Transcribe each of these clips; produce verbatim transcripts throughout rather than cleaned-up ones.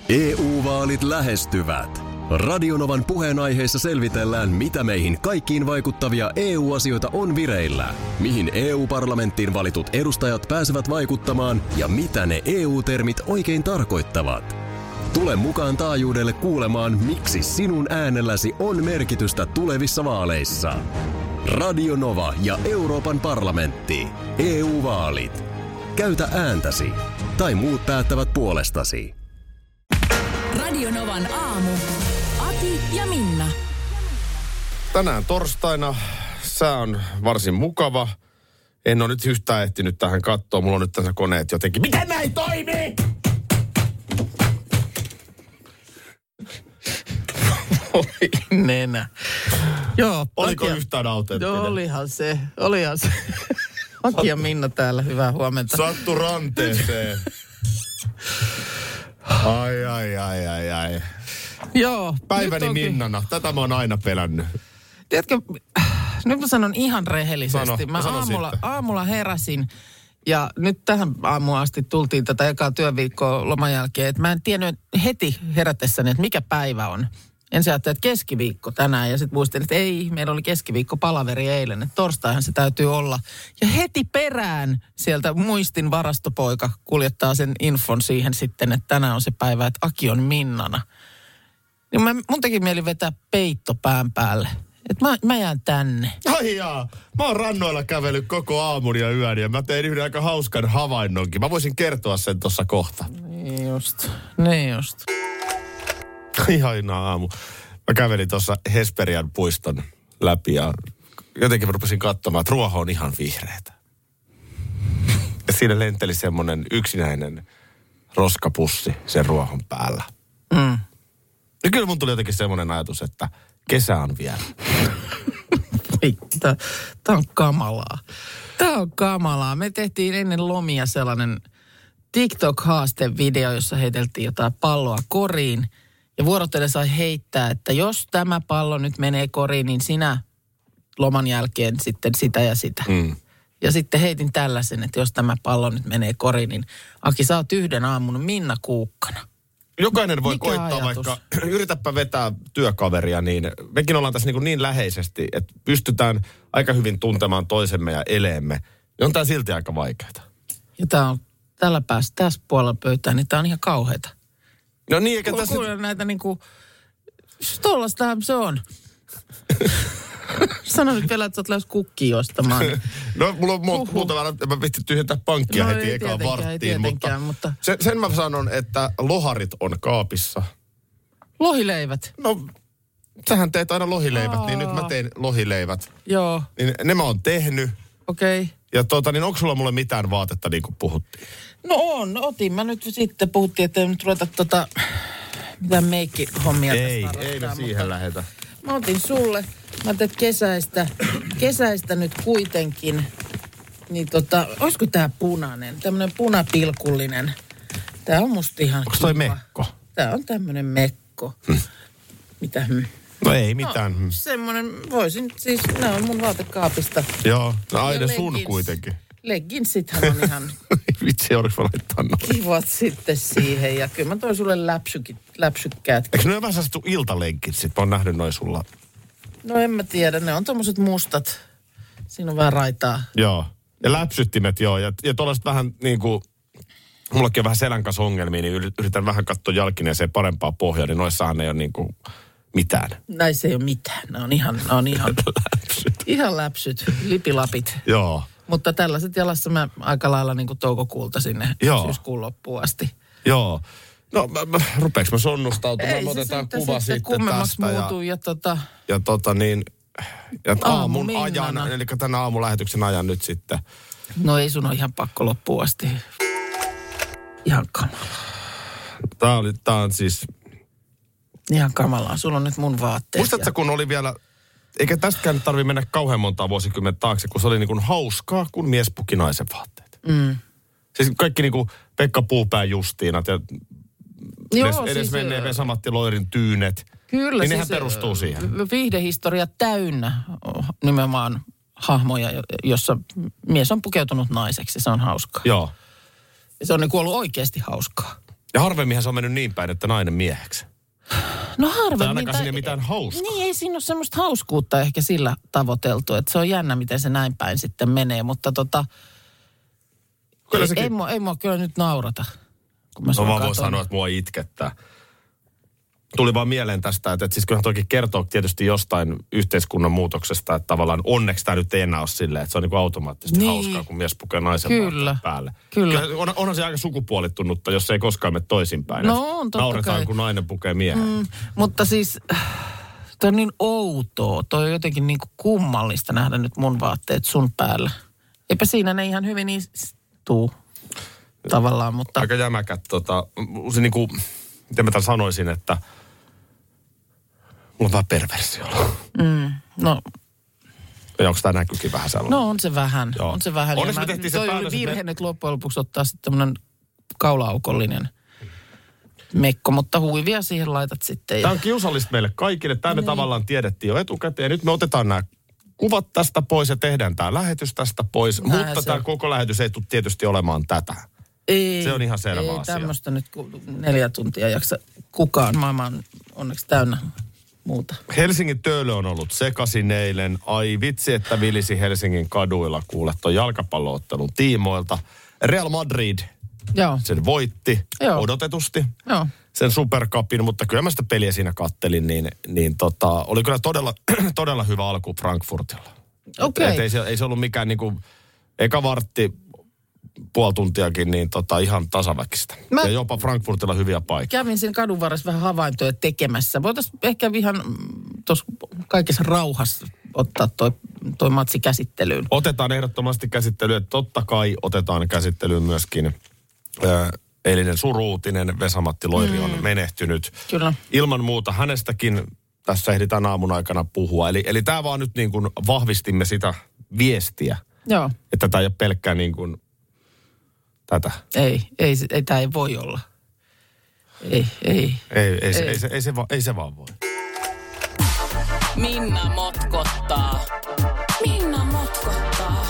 E U-vaalit lähestyvät. Radionovan puheenaiheessa selvitellään, mitä meihin kaikkiin vaikuttavia E U-asioita on vireillä, mihin E U-parlamenttiin valitut edustajat pääsevät vaikuttamaan ja mitä ne E U-termit oikein tarkoittavat. Tule mukaan taajuudelle kuulemaan, miksi sinun äänelläsi on merkitystä tulevissa vaaleissa. Radio Nova ja Euroopan parlamentti. E U-vaalit. Käytä ääntäsi. Tai muut päättävät puolestasi. Radio Novan aamu. Ati ja Minna. Tänään torstaina sää on varsin mukava. En ole nyt yhtään ehtinyt tähän katsoa. Mulla on nyt tässä koneet jotenkin. Miten näin toimii? Oi nenä. Joo. Oliko Aki, yhtään autenttinen? Joo, olihan se. Olihan se. Aki ja Minna täällä. Hyvää huomenta. Sattu ranteeseen. Ai, ai, ai, ai, ai. Joo. Päiväni onkin... Minnana. Tätä mä oon aina pelännyt. Tiedätkö, nyt mä sanon ihan rehellisesti. Sano, mä sano aamulla, sitten. aamulla heräsin ja nyt tähän aamuun asti tultiin tätä ekaa työviikkoa loman jälkeen. Että mä en tiennyt heti herätessäni, että mikä päivä on. Ensin ajattelin, että keskiviikko tänään ja sitten muistelin, että ei, meillä oli keskiviikko palaveri eilen, että torstaihan se täytyy olla. Ja heti perään sieltä muistin varastopoika kuljettaa sen infon siihen sitten, että tänään on se päivä, että Aki on Minnana. Niin mä, mun teki mieli vetää peitto pään päälle. Että mä, mä jään tänne. Ai jaa, mä oon rannoilla kävellyt koko aamun ja yön ja mä tein yhden aika hauskan havainnonkin. Mä voisin kertoa sen tuossa kohta. Niin just, niin just. Ihanaa aamu. Mä kävelin tuossa Hesperian puiston läpi ja jotenkin mä rupesin katsomaan, että ruoho on ihan vihreätä. Ja siinä lenteli semmoinen yksinäinen roskapussi sen ruohon päällä. Mm. Ja kyllä mun tuli jotenkin semmoinen ajatus, että kesä on vielä. Tää, tää on kamalaa. Tää on kamalaa. Me tehtiin ennen lomia sellainen TikTok-haastevideo, jossa heiteltiin jotain palloa koriin. Ja vuorotellen sai heittää, että jos tämä pallo nyt menee koriin, niin sinä loman jälkeen sitten sitä ja sitä. Mm. Ja sitten heitin tällaisen, että jos tämä pallo nyt menee koriin, niin Aki, sä oot yhden aamun Minna Kuukkana. Jokainen voi Mikä koittaa ajatus? vaikka, yritäpä vetää työkaveria, niin mekin ollaan tässä niin, niin läheisesti, että pystytään aika hyvin tuntemaan toisemme ja eleemme. Ja on tää silti aika vaikeaa. Ja tää on tällä päässä, tässä puolella pöytää, niin tää on ihan kauheata. No niin, eikä Kuule, tässä... kuule näitä niinku, tollastahan se on. Sano nyt vielä, että sä oot lähes kukkia ostamaan. No mulla on mu- muuta vähän, mä pistin tyhjentää pankkia No heti ei ekaan tietenkään, varttiin, ei mutta, tietenkään, mutta... Sen, sen mä sanon, että loharit on kaapissa. Lohileivät. No, sähän teet aina lohileivät, Aa. niin nyt mä tein lohileivät. Joo, Niin ne mä oon tehnyt. okei. Okay. Ja tota, niin onko sulla mulle mitään vaatetta, niin kuin puhuttiin? No on, otin mä nyt sitten. Puhuttiin, että ei nyt ruveta tota, mitään meikkihommia Ei, tässä ei me harrastaa, siihen mutta lähetä. Mä otin sulle. Mä ajattelin, että kesäistä, kesäistä nyt kuitenkin. Niin tota, olisiko tää punainen? Tämmönen punapilkullinen. Tää on musta ihan Onko toi kiva. mekko? Tää on tämmönen mekko. Hm. Mitä hm? No ei mitään. No, semmonen, voisin, siis nää on mun vaatekaapista. Joo, no aina Ja sun leggings. kuitenkin. Legginsithän on ihan Vitsi, oliko mä laittaa noin? kivat sitten siihen. Ja kyllä mä toin sulle läpsykit, läpsykkäät. Eikö ne ole vähän sellaiset iltalenkit sit? Mä oon nähnyt noin sulla. No en mä tiedä, ne on tommoset mustat. Siinä on vähän raitaa. Joo. Ja läpsyttimet, joo. Ja, ja tuollaiset vähän niin kuin, mullakin on vähän selän kanssa ongelmia, niin yritän vähän katsoa jalkineeseen parempaa pohjaa, niin noissahan ei ole niin kuin mitään. Näissä ei ole mitään. Ne on ihan, ne on ihan, Läpsyt. ihan läpsyt, lipilapit. Joo. Mutta tällaiset jalassa mä aika lailla niin kuin toukokuulta sinne Joo. syyskuun loppuun asti. Joo. No, mä, mä, rupeeks mä sonnustautumaan? Ei Me se otetaan sitten, kuva sitten sitten kummemmaksi tästä. muutuu ja, ja tota... Ja tota niin, ja aamun Aamuminnana. ajan, eli tänä aamun lähetyksen ajan nyt sitten. No ei sun ole ihan pakko loppuun asti. Ihan kamalaa. Tää, oli, tää on siis... Ihan kamalaa. Sulla on nyt mun vaatteet. Muistatko, kun oli vielä... Eikä tästäkään tarvitse mennä kauhean montaa vuosikymmentä taakse, kun se oli niin kuin hauskaa, kun mies puki naisen vaatteet. Mm. Siis kaikki niin kuin Pekka Puupään Justiinat ja Joo, edes, edes siis, menneen ö, Vesa-Matti Loirin tyynet. Kyllä. Niin nehän siis, perustuu siihen. Viihdehistoria täynnä nimenomaan hahmoja, jossa mies on pukeutunut naiseksi. Se on hauskaa. Joo. Ja se on niin kuin ollut oikeasti hauskaa. Ja harvemminhan se on mennyt niin päin, että nainen mieheksi. No harvemmin. Tai ainakaan siinä mitään hauskaa. Niin, ei siinä ole semmoista hauskuutta ehkä sillä tavoiteltu, että se on jännä, miten se näin päin sitten menee, mutta tota, ei, sekin... ei, mua, ei mua kyllä nyt naurata. Kun mä no vaan voi sanoa, että mua itkettää. Tuli vaan mieleen tästä, että, että siis kyllähän toki kertoo tietysti jostain yhteiskunnan muutoksesta, että tavallaan onneksi tämä nyt ei enää ole silleen, että se on niin kuin automaattisesti niin hauskaa, kun mies pukee naisen kyllä, päälle. Kyllä. Kyllä on, onhan se aika sukupuolittunutta, jos se ei koskaan mene toisinpäin. No on, totta nauretaan, kai. kun nainen pukee miehen. Mm, mutta siis toi on niin outoa, toi on jotenkin niin kuin kummallista nähdä nyt mun vaatteet sun päällä. Eipä siinä ne ihan hyvin istuu tavallaan, mutta... Aika jämäkät, tota, se niin kuin, miten mä tämän sanoisin, että mulla on vähän perversiolla. Mm, no... Ja onko tämä näkykin vähän sellainen? No on se vähän, Joo. on se vähän. Onneksi me tehtiin se toi päätös, oli virhe me... nyt loppujen lopuksi ottaa sitten tämmöinen kaula-aukollinen mekko, mutta huivia siihen laitat sitten. Tämä on kiusallista meille kaikille. Tämä me niin. tavallaan tiedettiin jo etukäteen. Nyt me otetaan nämä kuvat tästä pois ja tehdään tämä lähetys tästä pois. Näin mutta tämä koko lähetys ei tule tietysti olemaan tätä. Ei, se on ihan selvä ei, asia. Ei tämmöistä nyt neljä tuntia jaksa kukaan. Maailma on onneksi täynnä muuta. Helsingin Töölö on ollut sekaisin eilen. Ai vitsi, että vilisi Helsingin kaduilla kuule ton jalkapalloottelun tiimoilta. Real Madrid Joo. sen voitti Joo. odotetusti. Joo. Sen Supercupin, mutta kyllä mä sitä peliä siinä kattelin, niin, niin tota, oli kyllä todella, todella hyvä alku Frankfurtilla. Okei. Okay. Ei se, ei se ollut mikään niinku, eka vartti, puoli tuntiakin, niin tota, ihan tasaväkistä. Mä ja jopa Frankfurtilla hyviä paikkoja. Kävin siinä kadun varressa vähän havaintoja tekemässä. Voitaisiin ehkä ihan tuossa kaikessa rauhassa ottaa toi, toi matsi käsittelyyn. Otetaan ehdottomasti käsittelyyn. Totta kai otetaan käsittelyyn myöskin äh, eilinen suruutinen. Vesa-Matti Loiri on mm. menehtynyt. Kyllä. Ilman muuta hänestäkin tässä ehditään aamun aikana puhua. Eli, eli tämä vaan nyt niin kuin vahvistimme sitä viestiä. Joo. Että tämä ei ole pelkkää niin kuin tätä. Ei, ei, ei tämä ei voi olla. Ei, ei. Ei, ei, ei. Se, ei, se, ei, se, va, ei se vaan voi. Minna motkottaa. Minna motkottaa.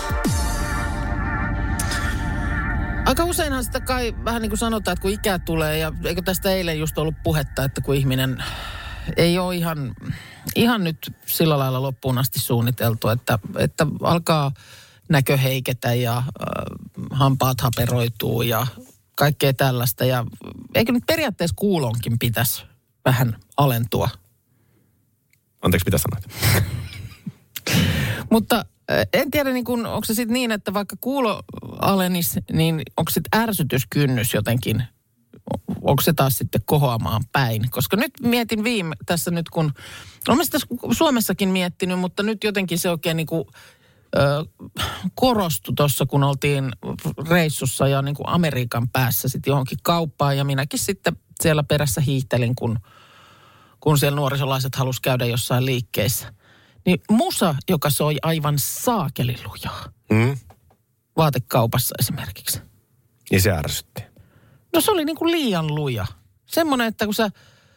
Aika useinhan sitä kai vähän niin kuin sanotaan, että kun ikää tulee, ja eikö tästä eilen just ollut puhetta, että kun ihminen ei ole ihan, ihan nyt sillä lailla loppuun asti suunniteltu, että, että alkaa näkö heiketä ja äh, hampaat haperoituu ja kaikkea tällaista. Ja eikö nyt periaatteessa kuulonkin pitäisi vähän alentua? Anteeksi, mitä sanoit? Mutta en tiedä, niin kun, onko se sitten niin, että vaikka kuulo alenisi, niin onko sitten ärsytyskynnys jotenkin, onko se taas sitten kohoamaan päin? Koska nyt mietin viime, tässä nyt kun, olen sitä Suomessakin miettinyt, mutta nyt jotenkin se oikein niin kuin ö, korostui tuossa, kun oltiin reissussa ja niin kuin Amerikan päässä sitten johonkin kauppaan. Ja minäkin sitten siellä perässä hiihtelin, kun, kun siellä nuorisolaiset halusi käydä jossain liikkeissä. Niin musa, joka soi aivan saakelilujaa. Mm. Vaatekaupassa esimerkiksi. Ja se ärsytti. No se oli niin kuin liian luja. Semmoinen, että kun sä...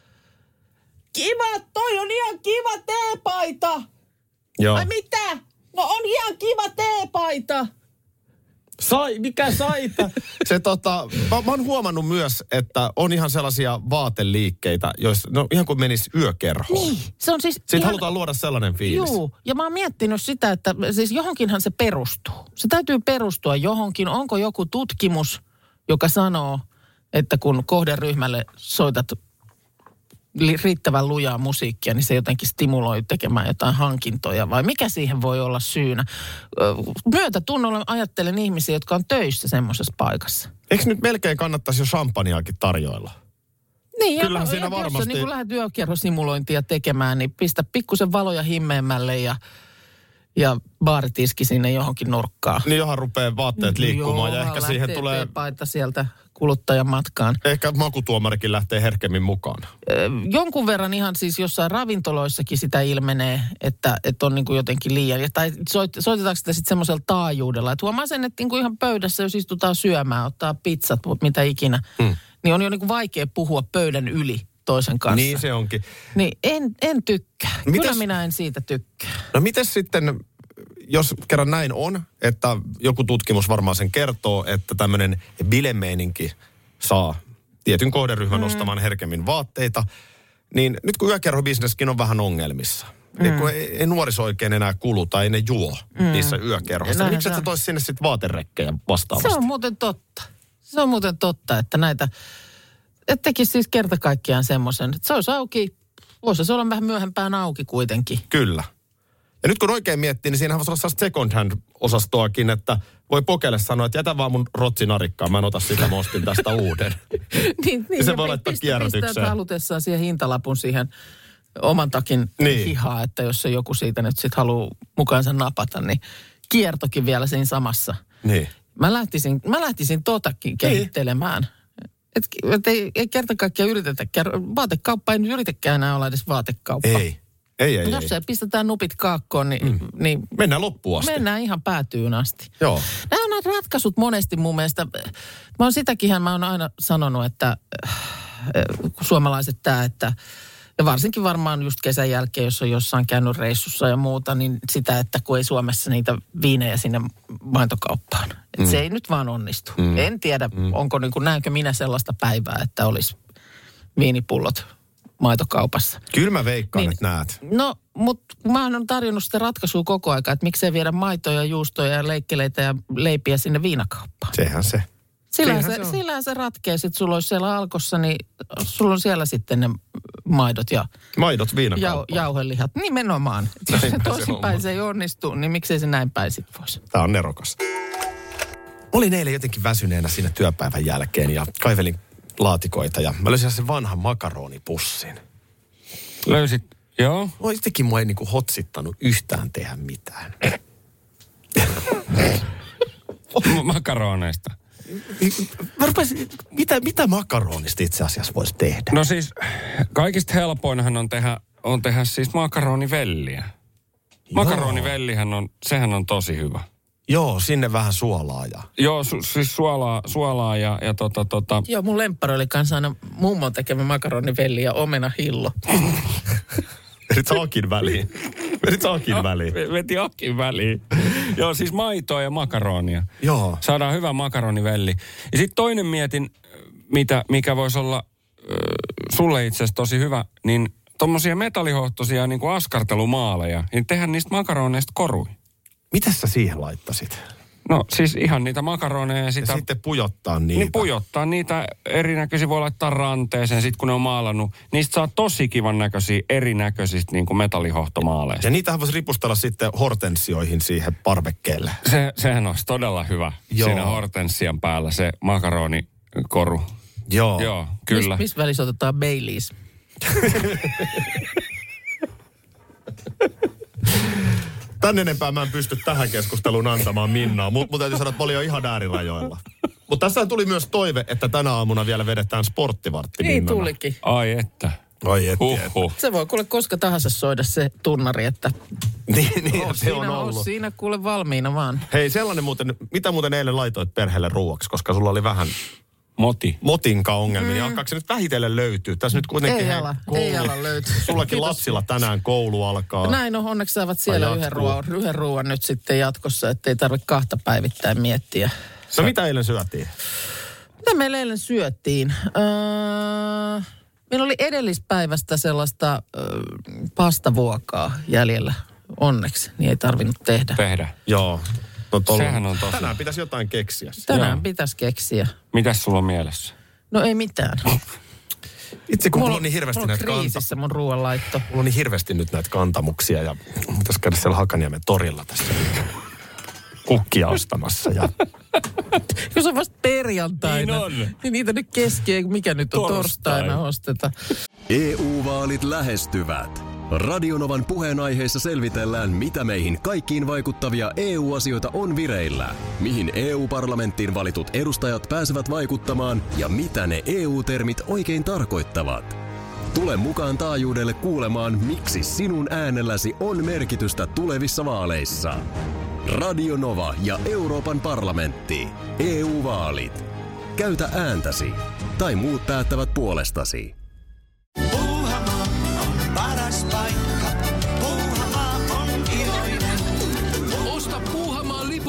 Kiva, toi on ihan kiva teepaita. Joo. Ai mitä? No on ihan kiva teepaita. Sai, mikä saita? Se tota, mä, mä oon huomannut myös, että on ihan sellaisia vaateliikkeitä, joissa, no ihan kuin menisi yökerhoon. Niin, se on siis Sitten ihan... halutaan luoda sellainen fiilis. Juu, ja mä oon miettinyt sitä, että siis johonkinhan se perustuu. Se täytyy perustua johonkin. Onko joku tutkimus, joka sanoo, että kun kohderyhmälle soitat li- riittävän lujaa musiikkia, niin se jotenkin stimuloi tekemään jotain hankintoja, vai mikä siihen voi olla syynä? Myötätunnolla ajattelen ihmisiä, jotka on töissä semmoisessa paikassa. Eikö nyt melkein kannattaisi jo champagneiakin tarjoilla? Niin, kyllähän ja, siinä ja varmasti... jos sä niin kun lähdet yökerhosimulointia tekemään, niin pistä pikkusen valoja himmeämmälle ja, ja baaritiski sinne johonkin nurkkaan. Niin johon rupeaa vaatteet liikkumaan. Joo, ja ehkä siihen tulee... paita sieltä kuluttajan matkaan. Ehkä makutuomarikin lähtee herkemmin mukaan. Jonkun verran ihan siis jossain ravintoloissakin sitä ilmenee, että, että on niin kuin jotenkin liian. Tai soit, soitetaanko sitä sitten semmoisella taajuudella. Että huomaa sen, että niin kuin ihan pöydässä, jos istutaan syömään, ottaa pizzat, mitä ikinä, hmm. niin on jo niin kuin vaikea puhua pöydän yli toisen kanssa. Niin se onkin. Niin en, en tykkää. Mites, Kyllä minä en siitä tykkää. No mites sitten, jos kerran näin on, että joku tutkimus varmaan sen kertoo, että tämmöinen bilemeininki saa tietyn kohderyhmän mm. ostamaan herkemmin vaatteita. Niin nyt kun yökerhobisneskin on vähän ongelmissa. Mm. Kun ei, ei nuoriso oikein enää kuluta, ei ne juo mm. niissä yökerhoissa. Miksi et sä toisi sinne sitten vaaterekkejä vastaavasti? Se on muuten totta. Se on muuten totta, että näitä, että tekisi siis kerta kaikkiaan semmoisen, että se olisi auki, voisi se olla vähän myöhempään auki kuitenkin. Kyllä. Ja nyt kun oikein miettii, niin siinähän voisi olla sellaista second hand-osastoakin, että voi Pokelle sanoa, että jätä vaan mun rotsinarikkaan, mä en ota sitä, mä ostin tästä uuden. niin, niin, se voi laittaa kierrätykseen. Pistää halutessaan siihen hintalapun siihen oman takin niin. hihaa, että jos se joku siitä nyt sitten haluaa mukaansa napata, niin kiertokin vielä siinä samassa. Niin. Mä lähtisin, mä lähtisin totakin kehittelemään. Että et ei, ei kerta kaikkiaan yritetäkään. Vaatekauppa ei nyt yritäkään enää olla edes vaatekauppa. Ei, ei, ei. Jos ei. se pistetään nupit kaakkoon, niin, mm. niin... Mennään loppuun asti. Mennään ihan päätyyn asti. Joo. Nämä on nämä ratkaisut monesti mun mielestä. Mä oon sitäkinhän, mä oon aina sanonut, että äh, suomalaiset tämä, että... Ja varsinkin varmaan just kesän jälkeen, jos on jossain käynyt reissussa ja muuta, niin sitä, että kun ei Suomessa niitä viinejä sinne maitokauppaan. Että mm. se ei nyt vaan onnistu. Mm. En tiedä, mm. onko niin kuin, näenkö minä sellaista päivää, että olisi viinipullot maitokaupassa. Kyllä mä veikkaan, niin, että näet. No, mutta mä oon tarjonnut sitä ratkaisua koko aika, että miksei viedä maitoja, juustoja ja leikkeleitä ja leipiä sinne viinakauppaan. Sehän se. Sillähän se, se, sillähän se ratkee. Sitten sulla olisi siellä Alkossa, niin sulla on siellä sitten ne maidot ja... Maidot viinakauppaan. Jau, jauhelihat. Nimenomaan. Jos se toisinpäin se ei onnistu, niin miksei se näin päin sitten voisi. Tämä on nerokas. Olin eilen jotenkin väsyneenä siinä työpäivän jälkeen ja kaivelin laatikoita ja mä löysin sen vanhan makaronipussin. Löysit, joo. No jotenkin mua ei niinku hotsittanut yhtään tehdä mitään. Makaroneista. Mä rupesin, mitä, mitä makaronista itse asiassa voisi tehdä? No siis kaikista helpoinhan on tehdä, on tehdä siis makaronivelliä. Makaronivellihän on, sehän on tosi hyvä. Joo, sinne vähän suolaa ja... Joo, su, siis suolaa, suolaa ja, ja tota, tota... Joo, mun lemppari oli kanssa aina mummon tekemä makaronivelli ja omenahillo. Vedit akin väliin. Vedit akin no, väliin. Veti akin väliin. Joo, siis maitoa ja makaronia. Joo. Saadaan hyvä makaronivelli. Ja sitten toinen mietin, mitä, mikä voisi olla äh, sulle itse asiassa tosi hyvä, niin tommosia metallihohtoisia niin kuin askartelumaaleja, niin tehdään niistä makaroneista korui. Mitäs sä siihen laittasit? No siis ihan niitä makaroneja ja sitä... Ja sitten pujottaa niitä. Niin pujottaa niitä erinäköisiä, voi laittaa ranteeseen, sitten kun ne on maalannut. Niistä saa tosi kivan näköisiä, erinäköisistä niin kuin metallihohtomaaleista. Ja niitähän voisi ripustella sitten hortensioihin siihen parvekkeelle. Se, sehän olisi todella hyvä. Joo. Siinä hortensian päällä se makaronikoru. Joo. Joo, kyllä. Missä mis välissä otetaan Baileys? Tän enempää mä en pysty tähän keskusteluun antamaan Minnaa. Mutta mut täytyy sanoa, että mä olin jo ihan äärirajoilla. Mutta tässä tuli myös toive, että tänä aamuna vielä vedetään sporttivartti Niin Minnana. tulikin. Ai että. Ai että. Huhhuh. Se voi kuule koska tahansa soida se tunnari, että... niin, niin oh, se on ollut. On siinä kuule valmiina vaan. Hei, sellainen muuten, mitä muuten eilen laitoit perheelle ruuaksi, koska sulla oli vähän... Moti. Motinka-ongelmia. Mm. Alkaako se nyt vähitellen löytyy? Tässä nyt kuitenkin... Ei ala, koulu, ei ala löytyy. Sullakin Kiitos. Lapsilla tänään koulu alkaa. Näin on, onneksi saavat siellä yhden ruoan, yhden ruoan nyt sitten jatkossa, ettei tarvitse kahta päivittäin miettiä. No mitä eilen syötiin? Mitä meillä eilen syötiin? Öö, meillä oli edellispäivästä sellaista öö, pastavuokaa jäljellä. Onneksi, niin ei tarvinnut tehdä. Tehdä. Joo. No tolla, sehän on tosi. Tänään pitäisi jotain keksiä. Tänään Joo. pitäisi keksiä. Mitäs sulla on mielessä? No ei mitään. Itse kun mulla, mulla on niin hirveästi mulla näitä on kriisissä kanta... mun ruoanlaitto. Mulla on niin hirveästi nyt näitä kantamuksia ja pitäisi käydä siellä Hakaniemen torilla tässä kukkia ostamassa. Ja... Jos on vasta perjantaina. Niin on. Niin niitä nyt keskeen, mikä nyt on Torstai. torstaina osteta. E U-vaalit lähestyvät. Radionovan puheenaiheessa selvitellään, mitä meihin kaikkiin vaikuttavia E U-asioita on vireillä, mihin E U-parlamenttiin valitut edustajat pääsevät vaikuttamaan ja mitä ne E U-termit oikein tarkoittavat. Tule mukaan taajuudelle kuulemaan, miksi sinun äänelläsi on merkitystä tulevissa vaaleissa. Radio Nova ja Euroopan parlamentti. E U-vaalit. Käytä ääntäsi. Tai muut päättävät puolestasi. Puuhamaa on paras paikka. Puuhamaa on iloinen. Osta Puuhamaan liput kesäkauden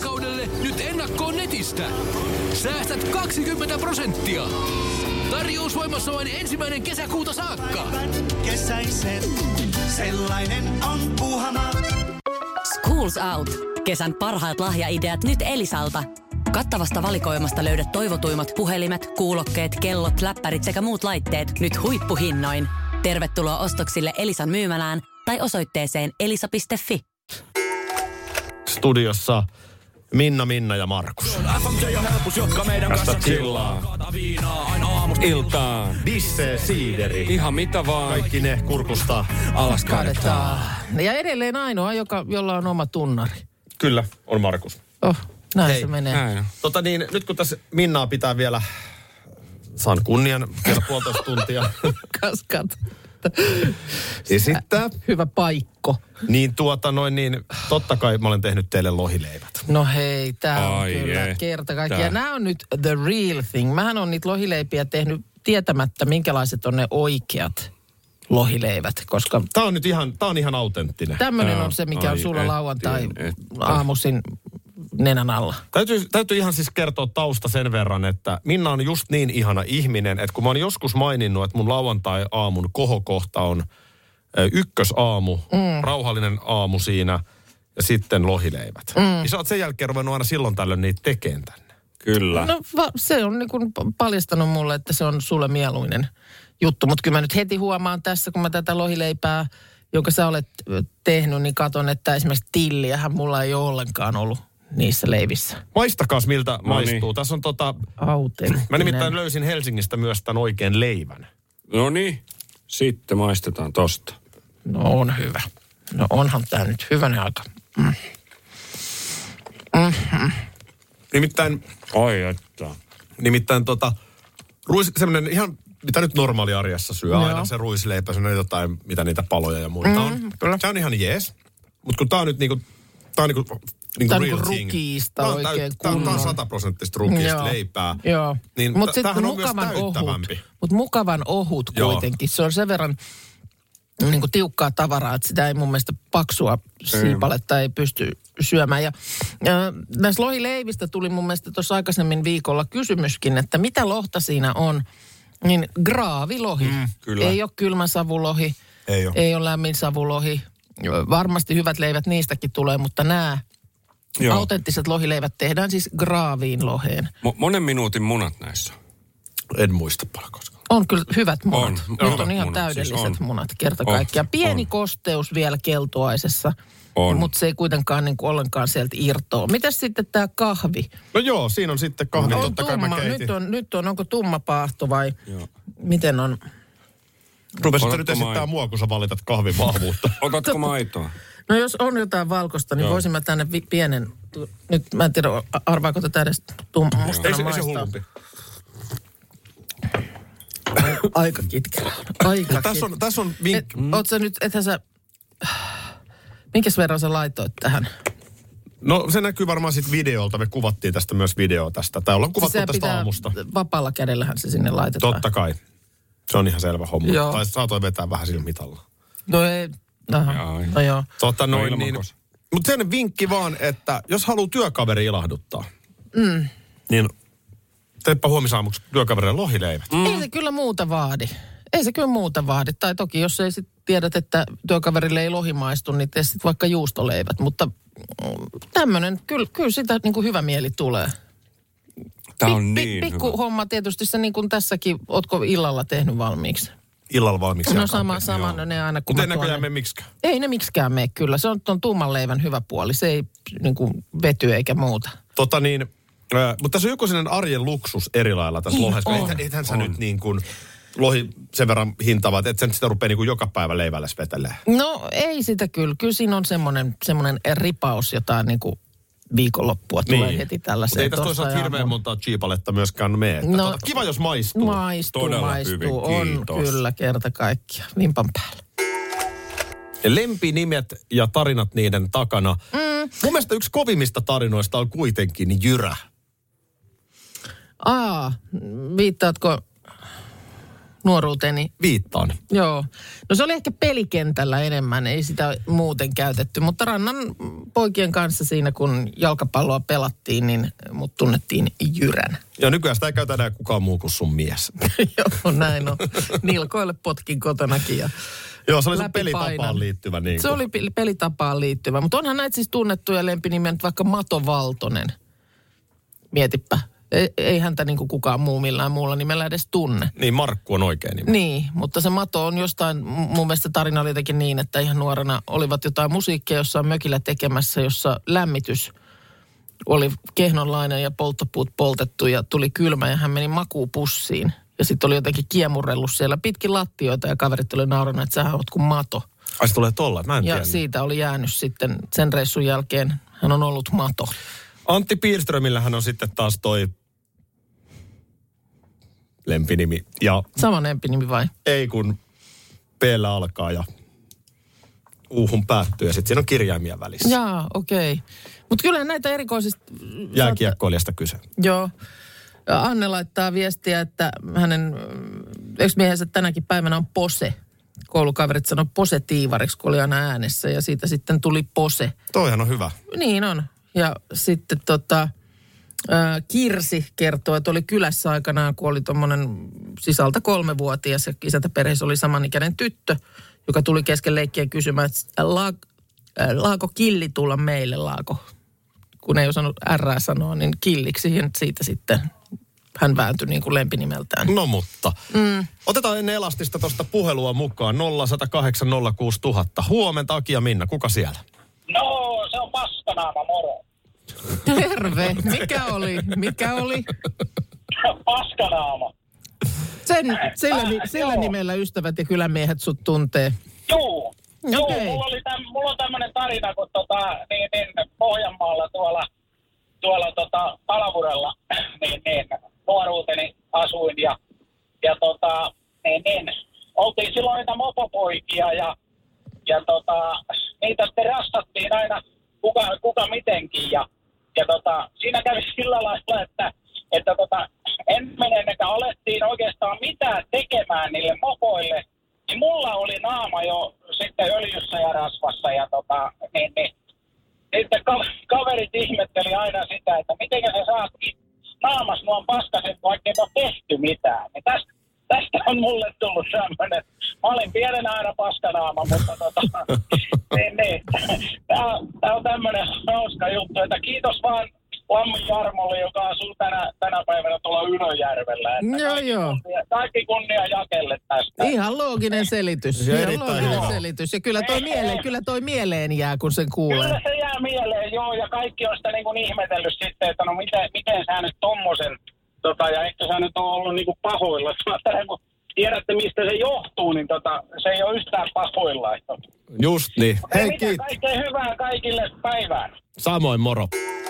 loppakaudelle nyt ennakkoon netistä. Säästät kaksikymmentä prosenttia. Tarjous voimassa vain ensimmäinen kesäkuuta saakka. Kesäisen, sellainen on Puuhamaa. Schools Out. Kesän parhaat lahjaideat nyt Elisalta. Kattavasta valikoimasta löydät toivotuimmat puhelimet, kuulokkeet, kellot, läppärit sekä muut laitteet nyt huippuhinnoin. Tervetuloa ostoksille Elisan myymälään tai osoitteeseen elisa piste fi. Studiossa Minna, Minna ja Markus. F M J ja helpus, jotka meidän kanssa chillaa. aamusta Iltaan. Disse, siideri. Ihan mitä vaan. Kaikki ne kurkusta. Alas kaadetaan. Ja edelleen ainoa, joka, jolla on oma tunnari. Kyllä, on Markus. Oh, näin Hei, se menee. Näin on. Tota niin, nyt kun tässä Minnaa pitää vielä, saan kunnian vielä puolitoista tuntia Kaskat. esittää. Hyvä paikko. Niin tuota noin niin, totta kai mä olen tehnyt teille lohileivät. No hei, tää on Ai kyllä je, kerta tää. kaikkiaan. Nämä on nyt the real thing. Mähän on niitä lohileipiä tehnyt tietämättä, minkälaiset on ne oikeat lohileivät, koska Tää on nyt ihan, tää on ihan autenttinen. tämmöinen Joo, on se, mikä on ai sulla et, lauantai et. aamuisin nenän alla. Täytyy, täytyy ihan siis kertoa tausta sen verran, että Minna on just niin ihana ihminen, että kun mä oon joskus maininnut, että mun lauantai-aamun kohokohta on ö, ykkösaamu, mm. rauhallinen aamu siinä ja sitten lohileivät. Mm. Niin sä oot sen jälkeen ruvennut aina silloin tällöin niitä tekeen tänne. Kyllä. No va, se on niin kuin paljastanut mulle, että se on sulle mieluinen juttu. Mutta kyllä mä nyt heti huomaan tässä, kun mä tätä lohileipää, jonka sä olet tehnyt, niin katon, että esimerkiksi tilliähän mulla ei ole ollenkaan ollut niissä leivissä. Maistakaas miltä No maistuu. niin. Tässä on tota, Autenttinen. mä nimittäin löysin Helsingistä myös tämän oikein leivän. No niin, sitten maistetaan tosta. No on hyvä. No onhan tää nyt hyvänä aika. Mm. Mm-hmm. Nimittäin, Oi, että. nimittäin tota, ruis, semmoinen ihan, mitä nyt normaali arjessa syö, Joo. aina se ruisleipä, se on jotain, mitä niitä paloja ja muita on. Mm, kyllä. Se on ihan jees. Mutta kun tää on nyt niinku, tää on niinku, niinku Tää on real niinku thing. rukiista Tää on oikein täyt- Tää on, tää on kunnon. sataprosenttista rukiista Joo. leipää. Joo. Niin Mut t- sit tämähän on myös mukavan ohut. täyttävämpi. Mutta mukavan ohut Joo. kuitenkin. Se on sen verran niin kuin tiukkaa tavaraa, että sitä ei mun mielestä paksua siipaletta ei pysty syömään. Ja, ja näistä lohileivistä tuli mun mielestä tuossa aikaisemmin viikolla kysymyskin, että mitä lohta siinä on. Niin graavilohi. Mm, kyllä. Ei ole kylmäsavulohi. Ei oo. Ei ole lämminsavulohi. Varmasti hyvät leivät niistäkin tulee, mutta nämä Joo. autenttiset lohileivät tehdään siis graaviin loheen. Mo- monen minuutin munat näissä. En muista paljon koskaan. On kyllä hyvät munat. On. Nyt Hyvät on ihan munat, täydelliset siis on. munat kerta On, kaikkiaan. Pieni on. kosteus vielä keltuaisessa, On. mutta se ei kuitenkaan niin kuin ollenkaan sieltä irtoa. Mitäs sitten tämä kahvi? No joo, siinä on sitten kahvi. On Totta kai mä tumma, keitin. nyt on, nyt on, onko tumma paahto vai Joo. miten on? Rupesit Otatko nyt esittää maito? mua, kun sä valitat kahvin vahvuutta. Otatko maitoa? No jos on jotain valkoista, niin Joo. voisin mä tänne vi- pienen, tu- nyt mä en tiedä, a- arvaako tätä edes tumma ei, mustana se, ei se maistaa. hullumpi. Aika kitkerä. Aika Tässä on, tässä on vink... Et, oot sä nyt, ethän sä, minkäs verran sä laitoit tähän? No se näkyy varmaan sitten videolta. Me kuvattiin tästä myös video tästä. Tai ollaan kuvattu Se tästä pitää, aamusta. vapaalla kädellähän se sinne laitetaan. Totta kai. Se on ihan selvä homma. Joo. Tai saatoin vetää vähän sillä mitalla. No ei, aha, Jaa, no joo. Tota No noin ilman niin. kos- Mutta sen vinkki vaan, että jos haluaa työkaveri ilahduttaa, mm. niin teepä huomisaamuksi työkaverille lohileivät. Mm. Ei se kyllä muuta vaadi. Ei se kyllä muuta vaadi. Tai toki jos ei sit tiedät, että työkaverille ei lohi maistu, niin tee sit vaikka juustoleivät. Mutta tämmöinen, kyllä, kyllä sitä niin kuin hyvä mieli tulee. Tää on Pik- niin pik- Pikku hyvä. homma tietysti se niin kuin tässäkin, ootko illalla tehnyt valmiiksi? Illalla valmiiksi. No jakaa. sama, sama, no ne aina kun Mutta mä ei näköjään tuon ne- mene miksikään. Ei ne miksikään mene kyllä. Se on tuon tumman leivän hyvä puoli. Se ei niin kuin vety eikä muuta. Tota niin, äh, mutta tässä on joku sellainen arjen luksus eri lailla tässä Niin lohessa. on. Eihän, eihän sä nyt niin kuin lohi sen verran hintava, että et sä nyt sitä rupea niin kuin joka päivä leivällä vetelee. No ei sitä kyllä. Kyllä siinä on semmoinen, semmoinen ripaus jotain niin kuin viikonloppua tulee heti tällaiseen. Mutta ei tässä toisaalta hirveän montaa cheapaletta myöskään mene. Että No, tota, kiva, jos maistuu. Maistuu, Todella maistuu. hyvin, On kiitos. kyllä kerta kaikkiaan. Vimpan päällä. Lempinimet ja tarinat niiden takana. Mm. Mun mielestä yksi kovimmista tarinoista on kuitenkin Jyrä. Aa, viittaatko nuoruuteni. Viittaan. Joo. No se oli ehkä pelikentällä enemmän, ei sitä muuten käytetty. Mutta Rannan poikien kanssa siinä, kun jalkapalloa pelattiin, niin mut tunnettiin Jyrän. Ja nykyään sitä ei käytä enää kukaan muu kuin sun mies. Joo, näin on. Nilkoille potkin kotonakin ja Joo, se oli sun pelitapaan liittyvä. Niin se oli pelitapaan liittyvä, mutta onhan näitä siis tunnettuja lempinimiä nyt vaikka Mato Valtonen. Mietipä. Ei, ei häntä niin kuin kukaan muu millään muulla nimellä edes tunne. Niin, Markku on oikein nimi. Niin, mutta se Mato on jostain, mun mielestä tarina oli jotenkin niin, että ihan nuorena olivat jotain musiikkia jossain mökillä tekemässä, jossa lämmitys oli kehnonlainen ja polttopuut poltettu ja tuli kylmä ja hän meni makuupussiin. Ja sitten oli jotenkin kiemurrellut siellä pitkin lattioita ja kaverit oli naurannut, että sähän oot kuin Mato. Ai se tulee tolla, mä en Ja tiedä. siitä oli jäänyt sitten sen reissun jälkeen, hän on ollut Mato. Antti Piirströmillähän on sitten taas toi lempinimi. Ja Sama lempinimi vai? ei kun P:llä alkaa ja uuhun päättyy ja sitten siinä on kirjaimia välissä. Jaa, okei. Okay. Mutta kyllä näitä erikoisista... Jääkiekkoilijasta kyse. Joo. Ja Anne laittaa viestiä, että hänen ex-miehensä tänäkin päivänä on Pose. Koulukaverit sanoi Pose-tiivariksi, kun oli aina äänessä ja siitä sitten tuli Pose. Toihan on hyvä. Niin on. Ja sitten tota, äh, Kirsi kertoo, että oli kylässä aikanaan, kun oli tuommoinen sisältä kolmevuotias ja isäntäperheessä oli samanikäinen tyttö, joka tuli kesken leikkien kysymään, että la, äh, laako Killi tulla meille, laako? Kun ei osannut Rää sanoa, niin Killiksi ja siitä sitten hän vääntyi niin kuin lempinimeltään. No mutta. Mm. Otetaan ennen elastista tuosta puhelua mukaan. nolla yksi nolla kahdeksan nolla kuusi nolla nolla nolla. Huomenta, Aki ja Minna. Kuka siellä? No, se on Paskanaama, moro. Terve. Mikä oli? Mikä oli? Paskanaama. Sen, sillä, Äh, sillä joo. nimellä ystävät ja kylänmiehet sut tuntee. Juu. Joo, Okei. mulla, oli täm, mulla on tämmöinen tarina, kun tota, niin, niin, Pohjanmaalla tuolla, tuolla tota, Palavurella niin, niin, nuoruuteni asuin ja, ja tota, niin, niin, oltiin silloin niitä mopopoikia ja, ja tota, niitä sitten rastattiin aina kuka, kuka mitenkin ja, ja tota, siinä kävi sillä lailla, että, että tota, ennen kuin alettiin oikeastaan mitään tekemään niille mopoille, niin mulla oli naama jo sitten öljyssä ja rasvassa ja tota, niin, niin. Sitten ka- kaverit ihmetteli aina sitä, että miten sä saat naamas nuon paskaset, vaikka ei ole tehty mitään. Ja tästä, tästä on mulle tullut tämmöinen, mä olin pienenä aina paskanaama, mutta tota, niin, niin. Tää, tää on tämmöinen hauska juttu, että kiitos vaan Lammin Jarmolle, joka asuu tänä, tänä päivänä tuolla Ylöjärvellä. Että Joo, kaikki joo. Kunnia, kaikki kunnia Jakelle tästä. Ihan looginen selitys. Ja Ihan erittäin looginen hyvä. selitys. Ja kyllä toi, mieleen, kyllä toi mieleen jää, kun sen kuulee. Kyllä se jää mieleen, joo, ja kaikki on sitä niin kuin ihmetellyt sitten, että no miten, miten sä nyt tommosen, tota, ja ehkä sä nyt on ollut niin kuin pahoilla. Mä kun tiedätte, mistä se johtuu, niin tota, se ei ole yhtään pahoilla. Just niin. Hei, Hei, mitä, kiitos. kaikkea hyvää kaikille päivään. Samoin, moro.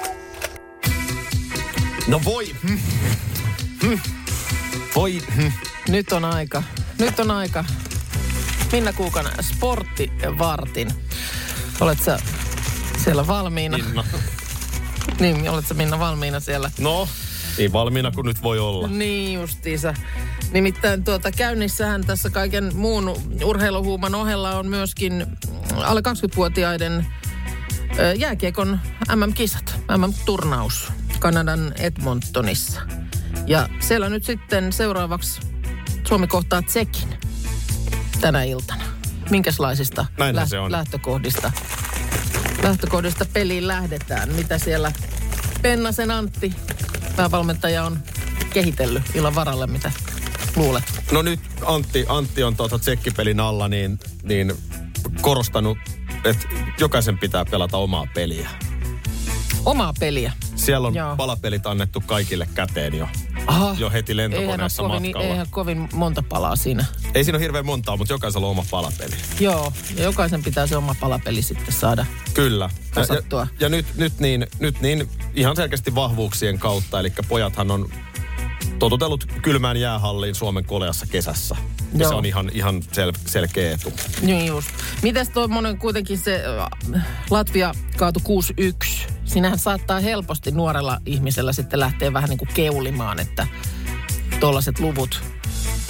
No voi. Hm. Hm. Voi. Hm. Nyt on aika. Nyt on aika. Minna Kuukan sporttivartin. Olet sä siellä valmiina? Minna. Niin, olet sä Minna valmiina siellä? No, niin valmiina kuin nyt voi olla. Niin justiinsa. Nimittäin tuota, käynnissähän tässä kaiken muun urheiluhuuman ohella on myöskin alle kaksikymmentävuotiaiden ö, jääkiekon M M-kisat, M M-turnaus Kanadan Edmontonissa. Ja siellä nyt sitten seuraavaksi Suomi kohtaa Tsekin tänä iltana. Minkälaisista Näinhän se on. lähtökohdista, lähtökohdista peliin lähdetään? Mitä siellä Pennasen Antti, päävalmentaja, on kehitellyt illan varalle, mitä luulet? No nyt Antti, Antti on tuota tsekkipelin alla niin, niin korostanut, että jokaisen pitää pelata omaa peliä. Omaa peliä. Siellä on Joo. palapelit annettu kaikille käteen jo, Aha. jo heti Eihän ole, lentokoneessa kovin, matkalla. eihän kovin monta palaa siinä. Ei siinä ole hirveän montaa, mutta jokaisella on oma palapeli. Joo, ja jokaisen pitää se oma palapeli sitten saada. Kyllä. Ja, ja, Tasattua. ja nyt, nyt, niin, nyt niin ihan selkeästi vahvuuksien kautta, eli pojathan on totutellut kylmään jäähalliin Suomen koleassa kesässä. Ja Joo. se on ihan, ihan sel, selkeä etu. Niin just. Mitäs tuommoinen kuitenkin se äh, Latvia kaatu kuusi yksi. Siinähän saattaa helposti nuorella ihmisellä sitten lähteä vähän niin kuin keulimaan, että tuollaiset luvut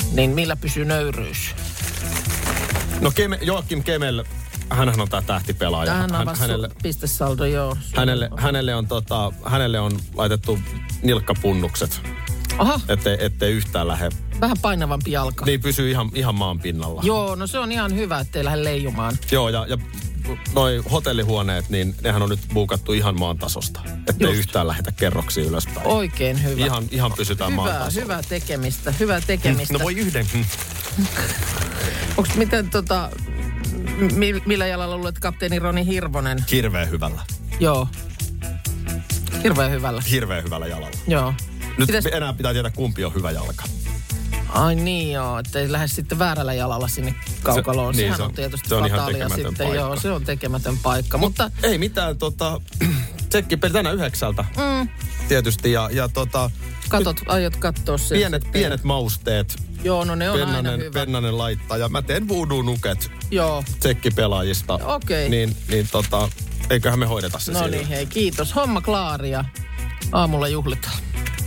niin millä pysyy nöyryys? No Keme, Joakim Kemel, hänhän on tää tähtipelaaja. Hän on Hän, hänelle, pistesaldo, joo. hänelle, hänelle, on, tota, hänelle on laitettu nilkkapunnukset, Aha, ettei, ettei yhtään lähde. vähän painavampi jalka. Niin pysyy ihan, ihan maan pinnalla. Joo, no se on ihan hyvä, ettei lähde leijumaan. Joo, ja, ja noi hotellihuoneet, niin nehän on nyt buukattu ihan maan tasosta. Ettei Just. yhtään lähetä kerroksia ylöspäin. Oikein hyvä. Ihan, ihan pysytään maan Hyvää, tasolla. hyvää tekemistä, hyvää tekemistä. No voi yhden. Onko miten tota, mi- millä jalalla luulet kapteeni Roni Hirvonen? Hirveän hyvällä. Joo. Hirveän hyvällä. Hirveän hyvällä jalalla. Joo. Nyt Pitäis... enää pitää tietää, kumpi on hyvä jalka. Ai niin joo, ettei lähde sitten väärällä jalalla sinne kaukaloon. Se- niin, Sehän se on, on- tietysti se on ihan fataalia tekemätön sitten. paikka. Joo, se on tekemätön paikka. Mut Mutta ei mitään, tota, tsekkipeli tänään yhdeksältä mm, tietysti. Ja, ja tota, katot, aiot katsoa sen. pienet, sitten. pienet mausteet. Joo, no ne on aina Pennanen, hyvä. Pennanen laittaa. Ja mä teen voodoo-nuket Joo. tsekkipelaajista. Okei. Niin, niin tota, eiköhän me hoideta se No sillä. niin, hei, kiitos. Homma klaaria. Aamulla juhlitaan.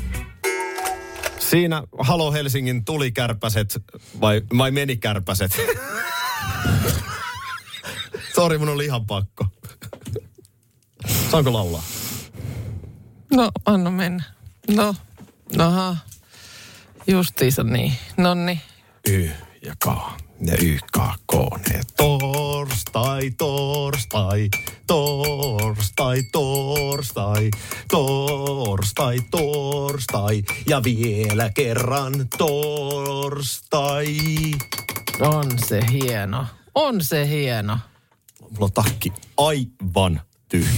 Siinä Halo Helsingin tulikärpäset vai, vai menikärpäset? Sori, mun oli ihan pakko. Saanko laulaa? No, anna mennä. No, aha. Justiinsa niin. Nonni. Y ja K ja Y, K, K, ne. Torstai, torstai, torstai, torstai, torstai, torstai ja vielä kerran torstai. On se hieno. On se hieno. Mulla on takki aivan tyhjä.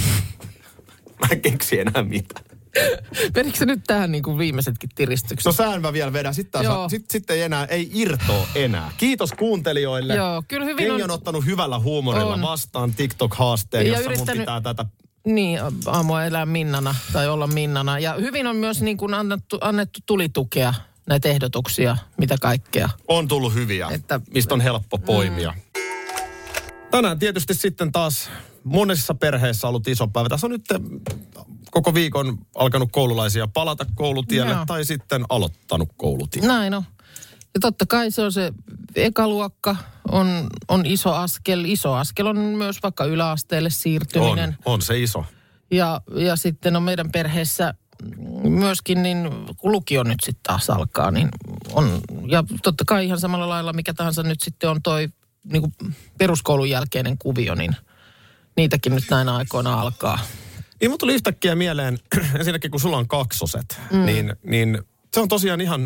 Mä en keksi enää mitään. Vedikö se nyt tähän niin kuin viimeisetkin tiristykset? No sään mä vielä vedän. Sitten Joo. sit, sit ei enää, ei irtoa enää. Kiitos kuuntelijoille. Joo, kyllä hyvin Jengi on- on ottanut hyvällä huumorilla On. vastaan TikTok-haasteen, Ja jossa mun yrittänyt- pitää tätä... Niin, aamua elää Minnana tai olla Minnana. Ja hyvin on myös niin kuin annettu, annettu tulitukea näitä ehdotuksia, mitä kaikkea. On tullut hyviä, Että- mistä on helppo poimia. Mm. Tänään tietysti sitten taas monessa perheessä ollut iso päivä. Tässä on nyt koko viikon alkanut koululaisia palata koulutielle Joo. tai sitten aloittanut koulutie. Näin on. Ja totta kai se on se ekaluokka, on, on iso askel. Iso askel on myös vaikka yläasteelle siirtyminen. On, on se iso. Ja, ja sitten on meidän perheessä myöskin, niin kun lukio nyt sitten taas alkaa, niin on, ja totta kai ihan samalla lailla mikä tahansa nyt sitten on toi niin kuin peruskoulun jälkeinen kuvio, niin niitäkin nyt näinä aikoina alkaa. Niin mun tuli yhtäkkiä mieleen, ensinnäkin kun sulla on kaksoset, mm. niin, niin se on tosiaan ihan,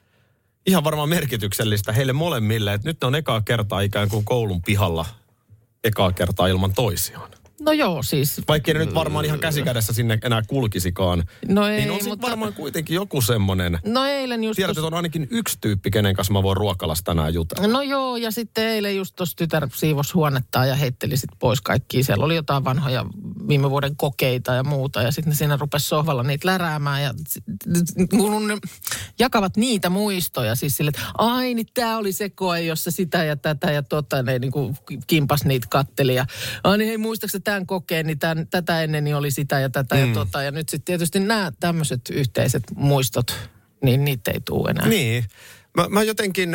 ihan varmaan merkityksellistä heille molemmille, että nyt ne on ekaa kertaa ikään kuin koulun pihalla ekaa kertaa ilman toisiaan. No joo, siis... Vaikka ne nyt varmaan ihan käsikädessä sinne enää kulkisikaan, No ei, niin on sit mutta... varmaan kuitenkin joku semmoinen. No eilen just... Tiedät, että on ainakin yksi tyyppi, kenen kanssa mä voin ruokalassa tänään jutella. No joo, ja sitten eilen just tuossa tytär siivosi huonettaan ja heitteli sit pois kaikkia. Siellä oli jotain vanhoja viime vuoden kokeita ja muuta, ja sitten ne siinä rupesi sohvalla niitä läräämään, ja sit- kun ne jakavat niitä muistoja, siis sille, että ai niin tää oli se koe, jossa sitä ja tätä ja tota, ne niin kuin kimpas niitä katteli, ja ai niin hei muistaakseni tämän kokeen, niin tämän, tätä ennen niin oli sitä ja tätä mm. ja tota, ja nyt sitten tietysti nämä tämmöiset yhteiset muistot, niin niitä ei tule enää. Niin. Mä, mä jotenkin,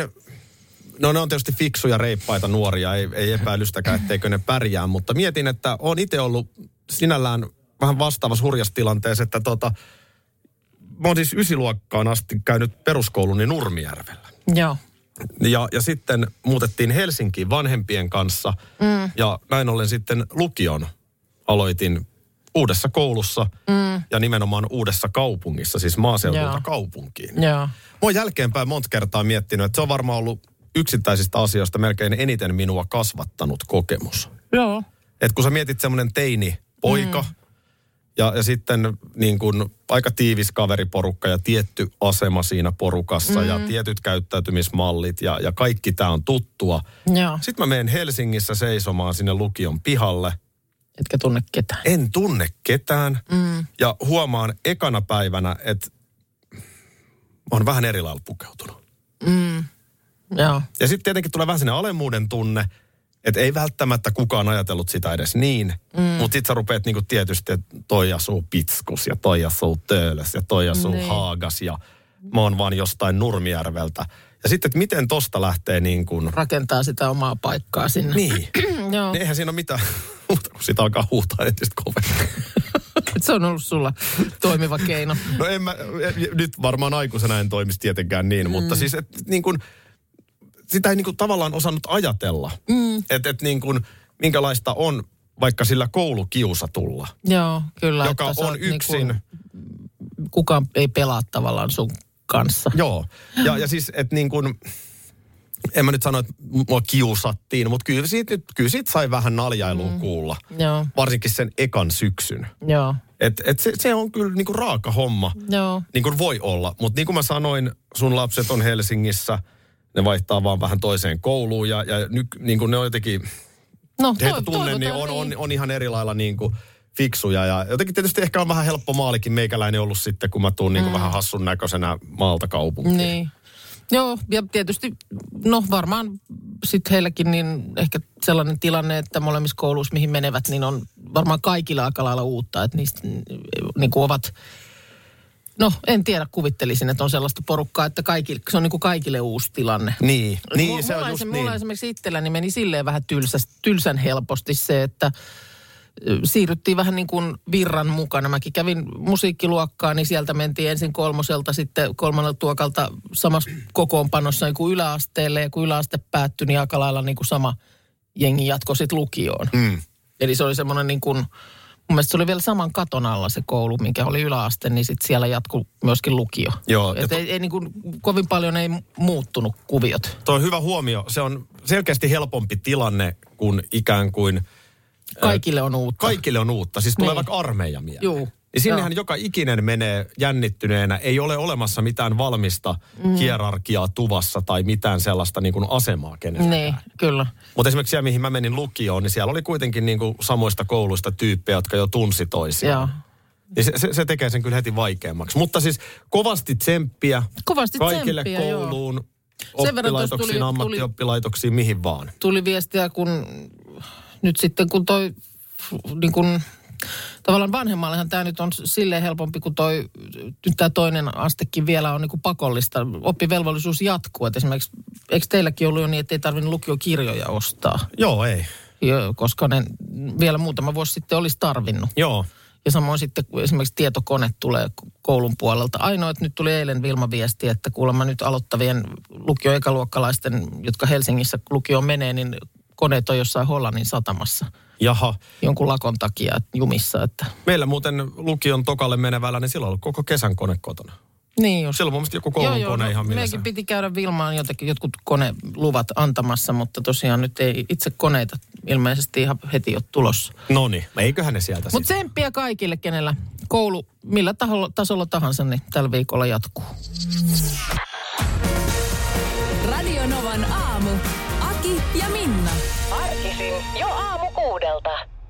no ne on tietysti fiksuja, reippaita nuoria, ei, ei epäilystäkään, etteikö ne pärjää, mutta mietin, että on itse ollut sinällään vähän vastaavassa hurjassa tilanteessa, että tota, mä oon siis ysiluokkaan asti käynyt peruskouluni Nurmijärvellä. Joo. Ja, ja sitten muutettiin Helsinkiin vanhempien kanssa mm. ja näin ollen sitten lukion aloitin uudessa koulussa mm. ja nimenomaan uudessa kaupungissa, siis maaseudulta Joo. kaupunkiin. Joo. Mä oon jälkeenpäin monta kertaa miettinyt, että se on varmaan ollut yksittäisistä asioista melkein eniten minua kasvattanut kokemus. Joo. Että kun sä mietit semmoinen teini-poika mm. ja, ja sitten niin kun aika tiivis kaveriporukka ja tietty asema siinä porukassa mm. ja tietyt käyttäytymismallit ja, ja kaikki tää on tuttua. Joo. Sitten mä menen Helsingissä seisomaan sinne lukion pihalle. Etkä tunne ketään. En tunne ketään Mm. ja huomaan ekana päivänä, että mä oon vähän eri lailla pukeutunut. Mm. Joo. Ja sitten tietenkin tulee vähän sinne alemmuuden tunne, että ei välttämättä kukaan ajatellut sitä edes niin. Mm. Mutta sitten sä rupeat niinku tietysti, että toi asuu Pitskus ja toi asuu Töölös ja toi asuu Niin. Haagas ja mä oon vaan jostain Nurmijärveltä. Ja sitten, että miten tosta lähtee niin kuin... Rakentaa sitä omaa paikkaa sinne. Niin. Joo. Niin eihän siinä ole mitään muuta, kun sitä alkaa huutaa entistä kovemmin. Se on ollut sulla toimiva keino. No en mä, nyt varmaan aikuisena en toimisi tietenkään niin, mm. mutta siis, että niin kuin, sitä ei niin kuin tavallaan osannut ajatella. Mm. Että et niin kuin, minkälaista on vaikka sillä koulukiusatulla. Joo, kyllä. Joka on yksin. Niin kuin, kukaan ei pelaa tavallaan sun kanssa. Joo, ja, ja siis, että niin kuin, en mä nyt sano, että mua kiusattiin, mutta kyllä siitä, kyllä siitä sai vähän naljailua mm. kuulla. Joo. Varsinkin sen ekan syksyn. Joo. Et, et se, se on kyllä niinku raaka homma, Joo. niin kuin voi olla. Mutta niin kuin mä sanoin, sun lapset on Helsingissä, ne vaihtaa vaan vähän toiseen kouluun ja, ja nyt niin kuin ne on jotenkin, no, heitä tunnen, niin on, on, on ihan eri lailla niin kuin fiksuja. Ja jotenkin tietysti ehkä on vähän helppo maalikin meikäläinen ollut sitten, kun mä tuun niin kuin mm. vähän hassun näköisenä maalta kaupunkiin. Niin. Joo, ja tietysti, no varmaan sitten heilläkin niin ehkä sellainen tilanne, että molemmissa kouluissa, mihin menevät, niin on varmaan kaikille aika lailla uutta, että niistä niin kuin ovat, no en tiedä, kuvittelisin, että on sellaista porukkaa, että kaikille, se on niin kuin kaikille uusi tilanne. Niin, niin M- se mulla on just Mulla niin. esimerkiksi itselläni meni silleen vähän tylsäs, tylsän helposti se, että siirryttiin vähän niin kuin virran mukana. Mäkin kävin musiikkiluokkaa, niin sieltä mentiin ensin kolmoselta, sitten kolmannelta luokalta samassa kokoonpanossa niin kuin yläasteelle. Ja kun yläaste päättyi, niin aika lailla niin kuin sama jengi jatkoi sitten lukioon. Mm. Eli se oli semmoinen niin kuin, mun mielestä se oli vielä saman katon alla se koulu, minkä oli yläaste, niin sitten siellä jatkui myöskin lukio. Joo. Että to... ei, ei niin kuin, kovin paljon ei muuttunut kuviot. Tuo on hyvä huomio. Se on selkeästi helpompi tilanne, kun ikään kuin... Kaikille on uutta. Kaikille on uutta. Siis tulee niin. vaikka armeija mieleen. Juu. Ja sinnehän Joo. joka ikinen menee jännittyneenä. Ei ole olemassa mitään valmista mm. hierarkiaa tuvassa tai mitään sellaista niin kuin asemaa kenelläkään. Niin, kyllä. Mutta esimerkiksi siellä, mihin mä menin lukioon, niin siellä oli kuitenkin niin kuin samoista kouluista tyyppejä, jotka jo tunsi toisiaan. Joo. Ja se, se, se tekee sen kyllä heti vaikeammaksi. Mutta siis kovasti tsemppiä kovasti kaikille tsemppiä, kouluun, joo. oppilaitoksiin, tuli, ammattioppilaitoksiin, tuli, mihin vaan. Tuli viestiä, kun nyt sitten kun toi niin kun, tavallaan vanhemmallehan tämä nyt on silleen helpompi, kun toi, nyt tämä toinen astekin vielä on niin kuin pakollista. Oppivelvollisuus jatkuu. Et esimerkiksi, eikö teilläkin ollut jo niin, että ei tarvinnut lukiokirjoja ostaa? Joo, ei. Jo, koska ne vielä muutama vuosi sitten olisi tarvinnut. Joo. Ja samoin sitten, kun esimerkiksi tietokone tulee koulun puolelta. Ainoa, että nyt tuli eilen Vilma-viesti, että kuulemma nyt aloittavien lukio-ekaluokkalaisten, jotka Helsingissä lukioon menee, niin koneet on jossain Hollannin satamassa. Jaha. Jonkun lakon takia jumissa, että... Meillä muuten lukion tokalle menevällä, niin silloin on koko kesän kone kotona. Niin just. Silloin mun mielestä joku koulun joo, joo, kone no, ihan mielessä. Meidänkin piti käydä Vilmaan jotenkin jotkut koneluvat antamassa, mutta tosiaan nyt ei itse koneita ilmeisesti ihan heti ole tulossa. Noniin, eiköhän ne sieltä Mutta tsemppiä kaikille, kenellä koulu millä taholla, tasolla tahansa, niin tällä viikolla jatkuu. Radio Novan aamu. Aki ja Minna. Arkisin jo aamu kuudelta.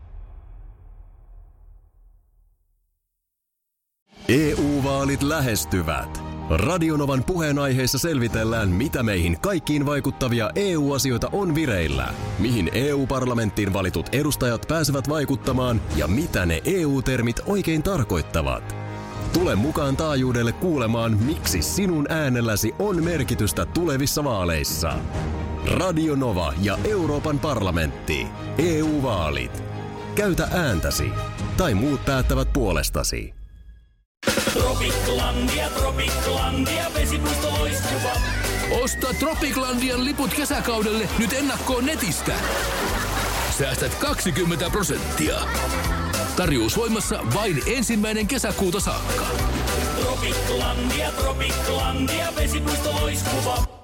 E U-vaalit lähestyvät. Radionovan puheenaiheessa selvitellään, mitä meihin kaikkiin vaikuttavia E U-asioita on vireillä, mihin E U-parlamenttiin valitut edustajat pääsevät vaikuttamaan ja mitä ne E U-termit oikein tarkoittavat. Tule mukaan taajuudelle kuulemaan, miksi sinun äänelläsi on merkitystä tulevissa vaaleissa. Radio Nova ja Euroopan parlamentti. E U-vaalit. Käytä ääntäsi. Tai muut päättävät puolestasi. Tropiklandia, Tropiklandia, vesipuisto loistuva. Osta Tropiklandian liput kesäkaudelle nyt ennakkoon netistä. Säästät kaksikymmentä prosenttia. Tarjous voimassa vain ensimmäinen kesäkuuta saakka. Tropiklandia, Tropiklandia, vesipuisto loistuva.